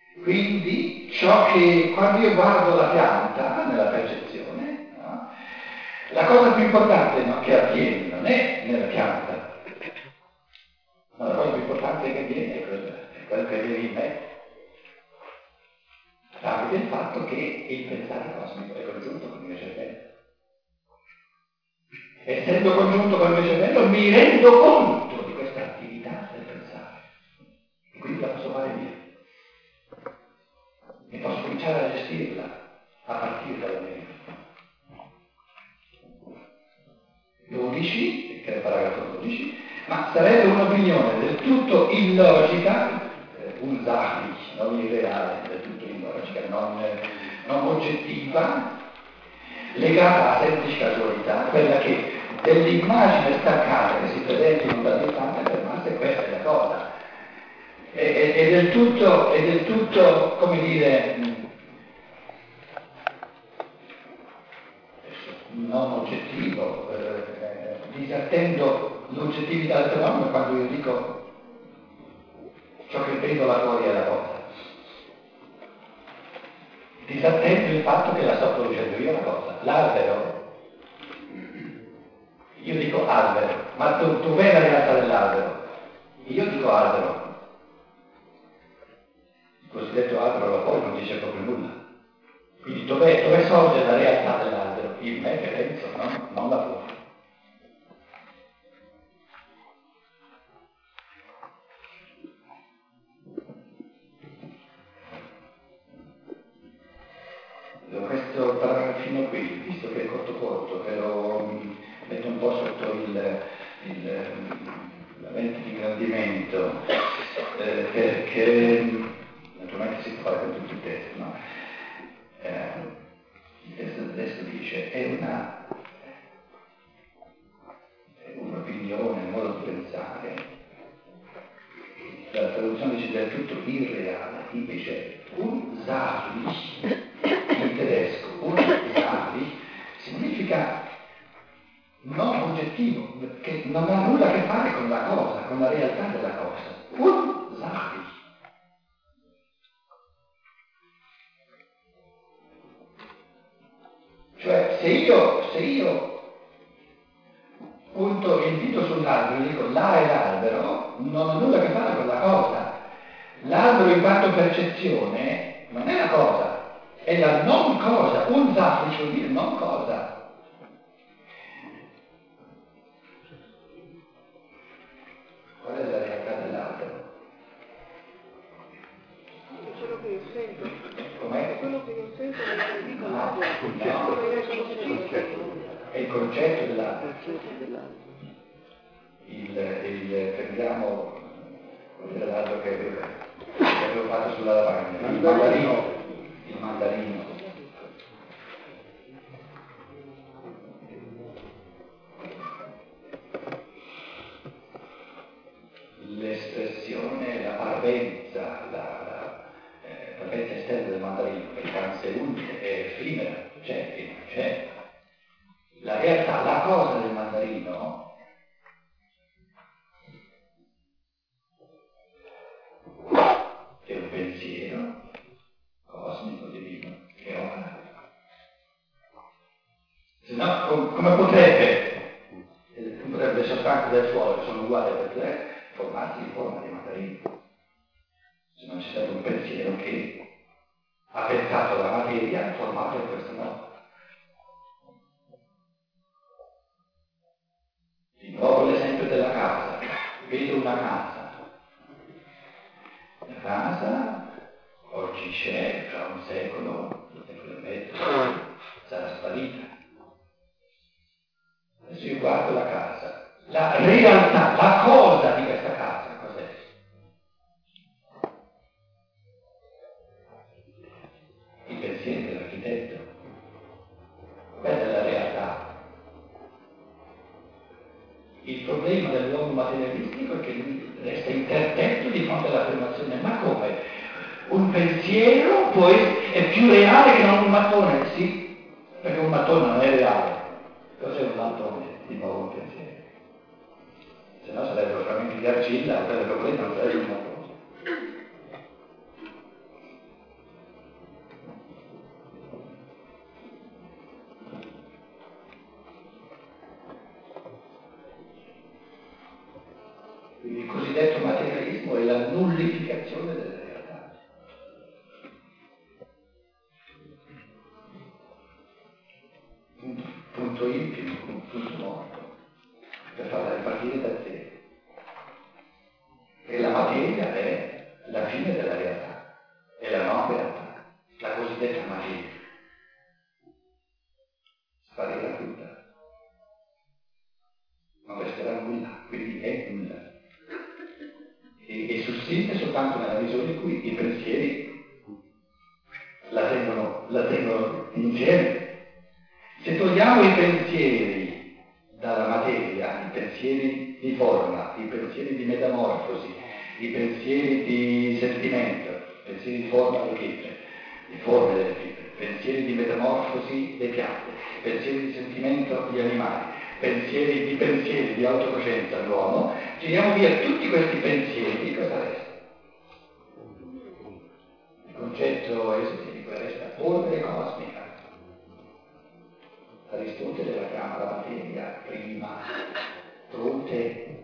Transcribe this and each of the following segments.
Quindi ciò che quando io guardo la pianta nella percezione, no? La cosa più importante che avviene non è nella pianta, ma la cosa più importante che avviene è quello che avviene in me, tramite il fatto che il pensare cosmico è congiunto con il mio cervello. Essendo congiunto con il mio cervello mi rendo conto di questa attività del pensare e quindi la posso fare mia e posso cominciare a gestirla a partire dalla mia vita. 12, che è il paragrafo 12, ma sarebbe un'opinione del tutto illogica, unsachlich, non irreale, del tutto illogica, non oggettiva, legata a semplice casualità, quella che dell'immagine staccata che si presenta in un istante per massa, questa è la cosa. È del tutto, come dire, non oggettivo, disattendo l'oggettività del fenomeno quando io dico ciò che vedo là fuori è la cosa. Disattendo il fatto che la sto producendo io la cosa. L'albero, io dico albero, ma dov'è la realtà dell'albero? Io dico albero. Il cosiddetto albero là fuori non dice proprio nulla. Quindi dove sorge la realtà dell'albero? In me che penso, no? Non là fuori. Questo paragrafino qui, visto che è corto, però metto un po' sotto la lente di ingrandimento, perché naturalmente si può fare con tutto il testo, no? Il testo del testo dice è un'opinione, un modo di pensare. La traduzione dice del tutto irreale, invece unsachlich in tedesco, unsachlich significa non oggettivo, che non ha nulla a che fare con la cosa, con la realtà della cosa. Unsachlich. Cioè se io punto il dito sull'albero e dico là è l'albero, non ha nulla a che fare con la cosa. L'albero in quanto percezione non è la cosa, è la non cosa, unsachlich vuol dire non cosa. Qual è la realtà dell'albero? Quello che io sento. Com'è? Quello che io sento non dico No, è il concetto dell'albero. Prendiamo l'albero che avevo fatto sulla lavagna, il mandarino. L'espressione, la parvenza, la parvenza esterna del mandarino, che è transeunte, è effimera, c'è e non c'è. La realtà, la cosa del mandarino è un pensiero cosmico, divino, che opera. Se no, come potrebbe le sostanze del suolo, che sono uguali per tre, formarsi in forma di mandarino? Se non c'è stato un pensiero che ha pensato la materia formata in questo modo. Di nuovo l'esempio della casa. Vedo una casa. La casa oggi c'è, fra un secolo e mezzo, sarà sparita. Adesso io guardo la casa. La realtà, la cosa di questa casa, cos'è? Il pensiero dell'architetto. Quella è la realtà. Il problema dell'uomo materialistico è che lui resta interdetto di fronte all'affermazione: ma come? Un pensiero è più reale che non un mattone? Sì, perché un mattone non è reale. Cos'è un mattone? Di nuovo un pensiero. Se no sarebbero frammenti di argilla, quello che volete non sarebbe un mattone. Quindi il cosiddetto materialismo è la nullificazione della realtà. Un punto intimo, un punto morto, per farla ripartire da zero. E la materia è la fine della realtà, è la non realtà, la cosiddetta materia. Sparirà tutta, non resterà nulla, quindi è nulla. E sussiste soltanto nella misura in cui i pensieri la tengono insieme. Se togliamo i pensieri dalla materia, i pensieri di forma, i pensieri di metamorfosi, i pensieri di sentimento, i pensieri di forma delle pietre, di forme delle pietre, pensieri di metamorfosi delle piante, pensieri di sentimento degli animali, pensieri di autocoscienza dell'uomo, tiriamo via tutti questi pensieri, cosa resta? Il concetto esoterico resta polvere cosmica. Aristotele la chiama la materia prima, prote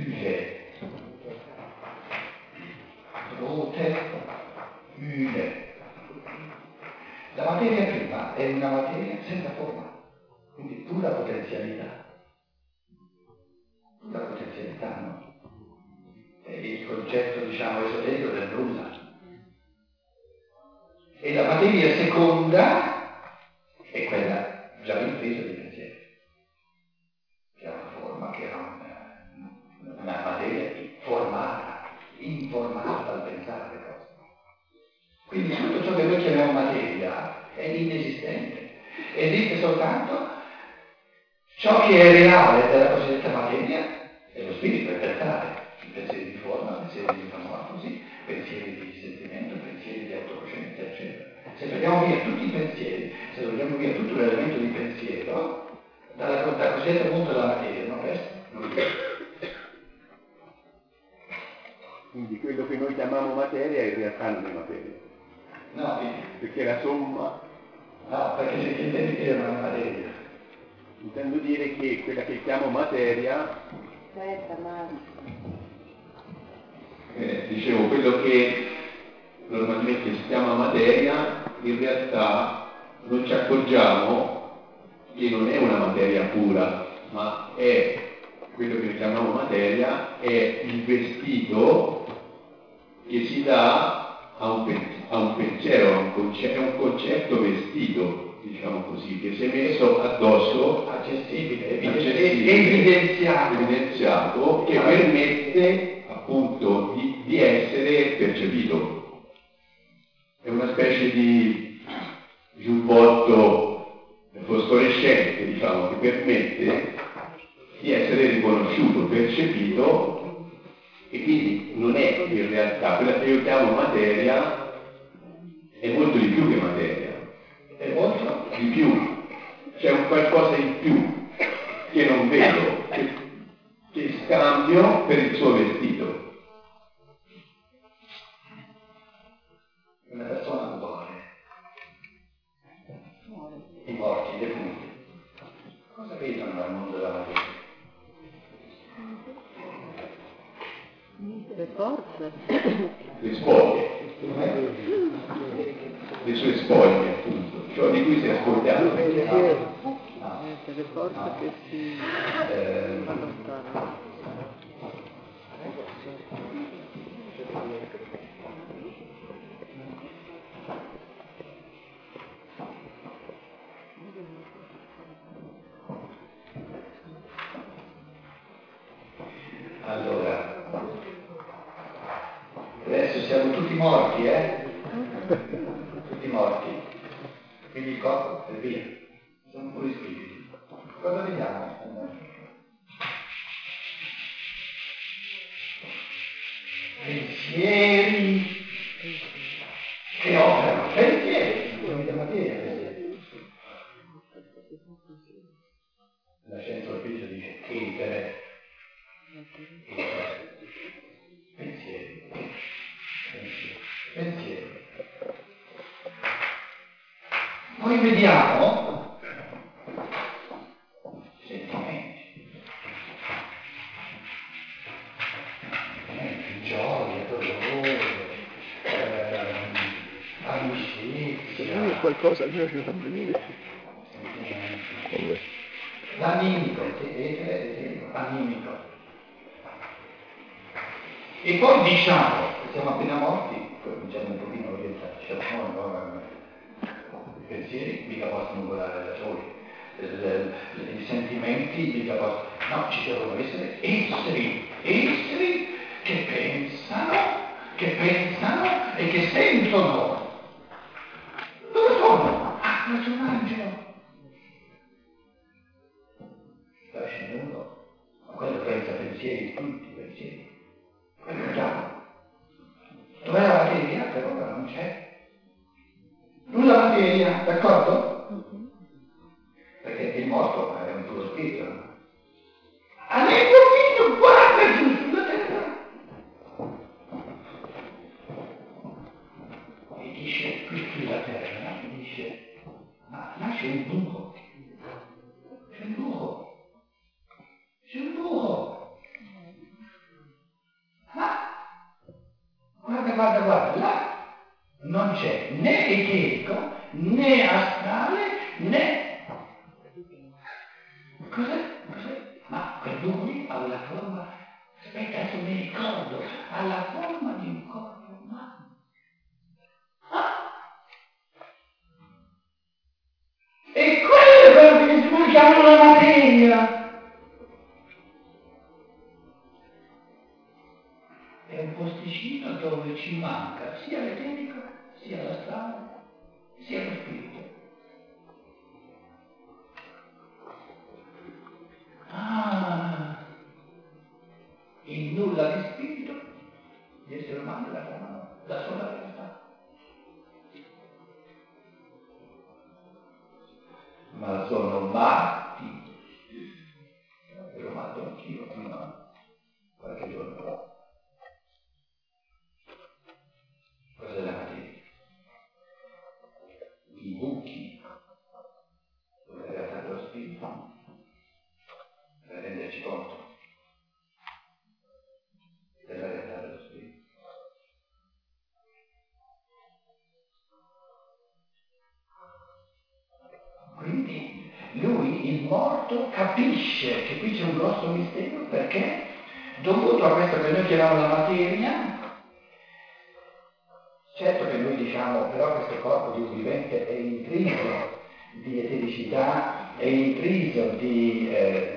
üde. La materia prima è una materia senza forma, quindi pura potenzialità. Pura potenzialità, no? È il concetto, diciamo, esoterico del nulla. E la materia seconda è quella già impresa di pensiero, che ha una forma, che ha una materia informata dal pensare le cose. Quindi tutto ciò che noi chiamiamo materia è inesistente. Esiste soltanto ciò che è reale della cosiddetta materia, è lo spirito, è il pensare. Pensieri di forma, pensieri di metamorfosi, pensieri di sentimento, pensieri di autocoscienza, eccetera. Se prendiamo via tutti i pensieri, se togliamo via tutto l'elemento di pensiero, dalla cosiddetta mondo della materia non resta nulla. Quindi quello che noi chiamiamo materia in realtà non è materia. No, perché la somma... No, perché se che intendi dire non è materia. Intendo dire che quella che chiamo materia... dicevo, quello che normalmente si chiama materia, in realtà non ci accorgiamo che non è una materia pura, ma è quello che chiamiamo materia, è il vestito che si dà a un pensiero, è un concetto vestito, diciamo così, che si è messo addosso, accessibile, evidenziato, che permette appunto di essere percepito. È una specie di giubbotto fosforescente, diciamo, che permette di essere riconosciuto, percepito, e quindi non è in realtà quella che io chiamo materia, è molto di più che materia, è molto di più, c'è un qualcosa in più che non vedo, che scambio per il suo vestito. Una persona muore, i morti, i defunti, cosa vedono nel mondo della materia? Le forze. Le spoglie, le sue spoglie, appunto, ciò di cui si è ascoltato. Le forze che si allontano. Allora, adesso siamo tutti morti, tutti morti, quindi il corpo è via, siamo pure spiriti. Cosa vediamo? Pensieri che operano, pensieri, non è materia. La scienza ufficio dice etere, pensieri. Poi vediamo sentimenti. amicizia. È qualcosa almeno ci fa venire. L'animico, animico. E poi diciamo, siamo appena morti, cominciamo un pochino a orientarci al mondo, i pensieri mica possono volare da soli, i sentimenti mica possono, no, ci devono essere esseri che pensano e che sentono. Dove sono? Ah, non c'è un angelo. Lascia uno, ma quello pensa pensieri, tutti pensieri. Quello già. Dov'è la materia? Per ora non c'è. Nulla materia, d'accordo? Perché il morto è un puro spirito. All'improvviso guarda giù sulla terra e dice, qui sulla terra, dice, ma nasce un buco. C'è un buco. C'è un buco. Guarda, là non c'è né eterico, né astrale, né... Cos'è? Ma quel buco lì ha la forma, aspetta, adesso mi ricordo, ha la forma di un corpo umano. E quello è quello che noi chiamiamo la materia. È un posticino dove ci manca sia l'eterico, sia l'astrale, sia lo spirito. Il nulla di spirito, gli esseri umani la chiamano la sola realtà. Ma sono matti. Ero matto anch'io fino a qualche giorno fa. Cos'è la materia? I buchi dove è realtà dello spirito, per renderci conto della realtà dello spirito. Quindi lui, il morto, capisce che qui c'è un grosso mistero perché, dovuto a questo che noi chiamiamo la materia, certo che noi diciamo, però questo corpo di un vivente è intriso di etericità, è intriso di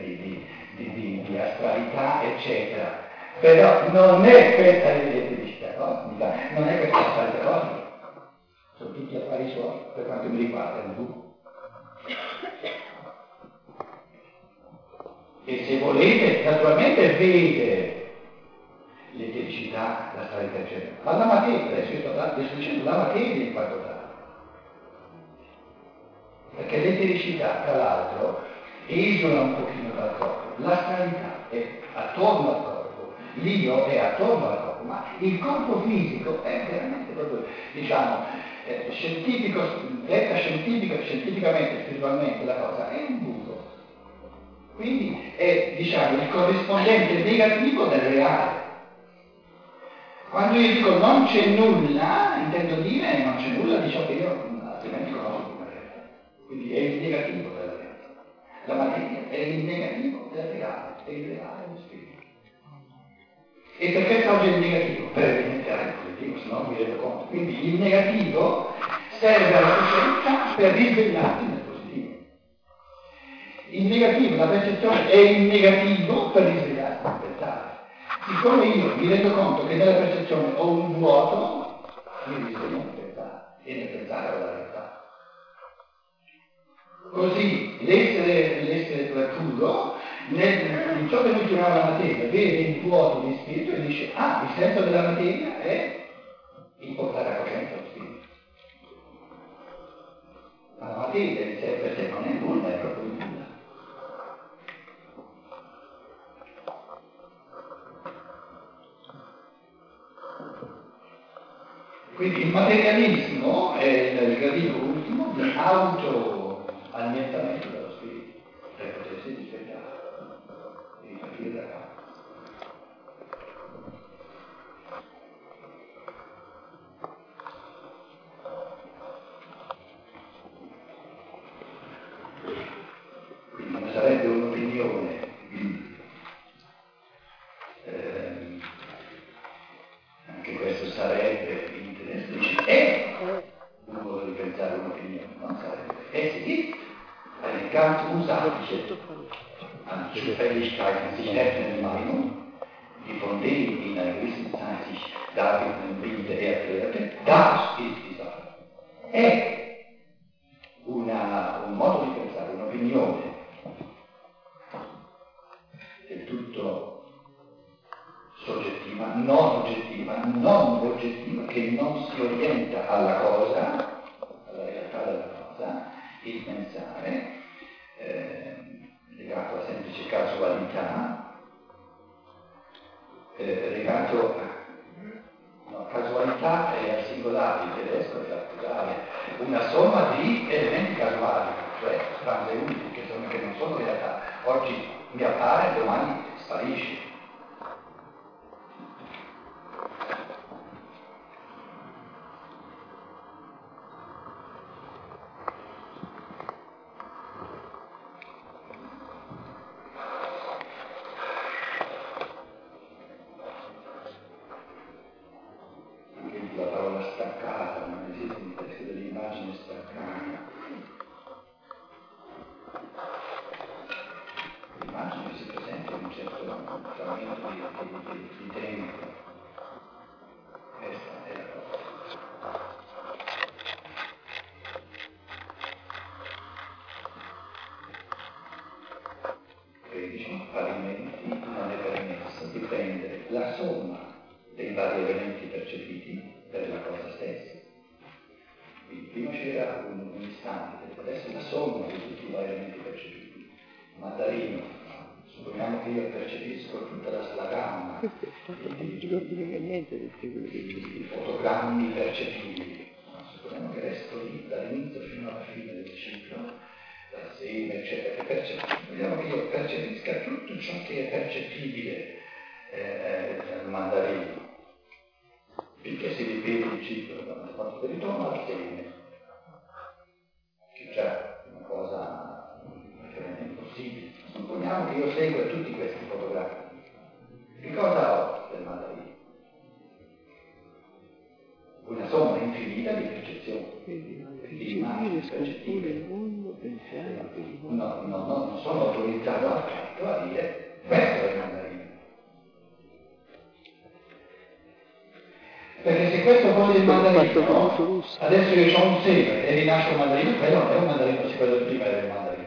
astralità, eccetera. Però non è questa l'etericità cosmica, non è questa l'astralità cosmica. Sono tutti affari suoi, per quanto mi riguarda, il buco. E se volete, naturalmente vede l'etericità, l'astralità, eccetera. Ma la materia, adesso io sto dicendo la materia in quanto tale. Perché l'etericità, tra l'altro, esula un pochino dal corpo, l'astralità è attorno al corpo, l'io è attorno al corpo, ma il corpo fisico è veramente proprio, diciamo, scientifico, detta scientificamente, spiritualmente la cosa è un buco. Quindi è, diciamo, il corrispondente negativo del reale. Quando io dico non c'è nulla, intendo dire non c'è nulla di ciò che io altrimenti conosco come realtà. Quindi è il negativo della realtà. La materia è il negativo del reale, è il reale dello spirito. E perché oggi è il negativo? Per evidenziare il positivo, se no mi rendo conto. Quindi il negativo serve alla coscienza per risvegliarsi nel positivo. Il negativo, la percezione è il negativo per risvegliarsi nel pensare. Siccome io mi rendo conto che nella percezione ho un vuoto, mi risveglio nel pensare, e nel pensare ho la realtà. Così l'essere puro, in ciò che noi chiamiamo la materia, vede il vuoto di spirito e dice, il senso della materia è il portare a coscienza lo spirito. Ma la materia in sé per sé non è nulla, è proprio nulla. Quindi il materialismo è il gradino ultimo di auto-annientamento dello spirito, per potersi risvegliare e ripartire da capo. Fälligkeiten sich öffnen Meinung, die von denen in einer gewissen Zeit sich David Bilder erklärte, das ist die Sache. È un modo di pensare, un'opinione del tutto soggettiva, non oggettiva, che non si orienta alla cosa, alla realtà della cosa, il pensare, legato alla semplice casualità, legato a casualità e al singolare, il tedesco è la plurale, una somma di elementi casuali, cioè transeunti, che non sono realtà. Oggi mi appare, domani sparisce. La parola staccata, non esiste in testo dell'immagine staccata. L'immagine si presenta in un certo frammento di tempo. Questa è la cosa. 13. Parimenti non è permesso di prendere la somma dei vari elementi percepiti per la cosa stessa. Quindi prima c'era un istante, adesso è la somma di tutti i vari elementi percepiti. Mandarino, supponiamo che io percepisco tutta la gamma di fotogrammi percepibili, supponiamo che resto lì dall'inizio fino alla fine del ciclo, dal seme, eccetera, vediamo che io percepisca tutto ciò che è percepibile dal mandarino. Finché si ripete il ciclo da una spazio di ritorno al seme, che già è una cosa praticamente impossibile. Supponiamo che io segua tutti questi fotogrammi. Che cosa ho del mandarino? Una somma infinita di percezioni, di immagini percettive. Non sono autorizzato affatto a dire questo è il mandarino. Perché se questo fosse il mandarino, adesso io ho un seme e rinasce un mandarino, quello non è un mandarino, se quello prima era il mandarino.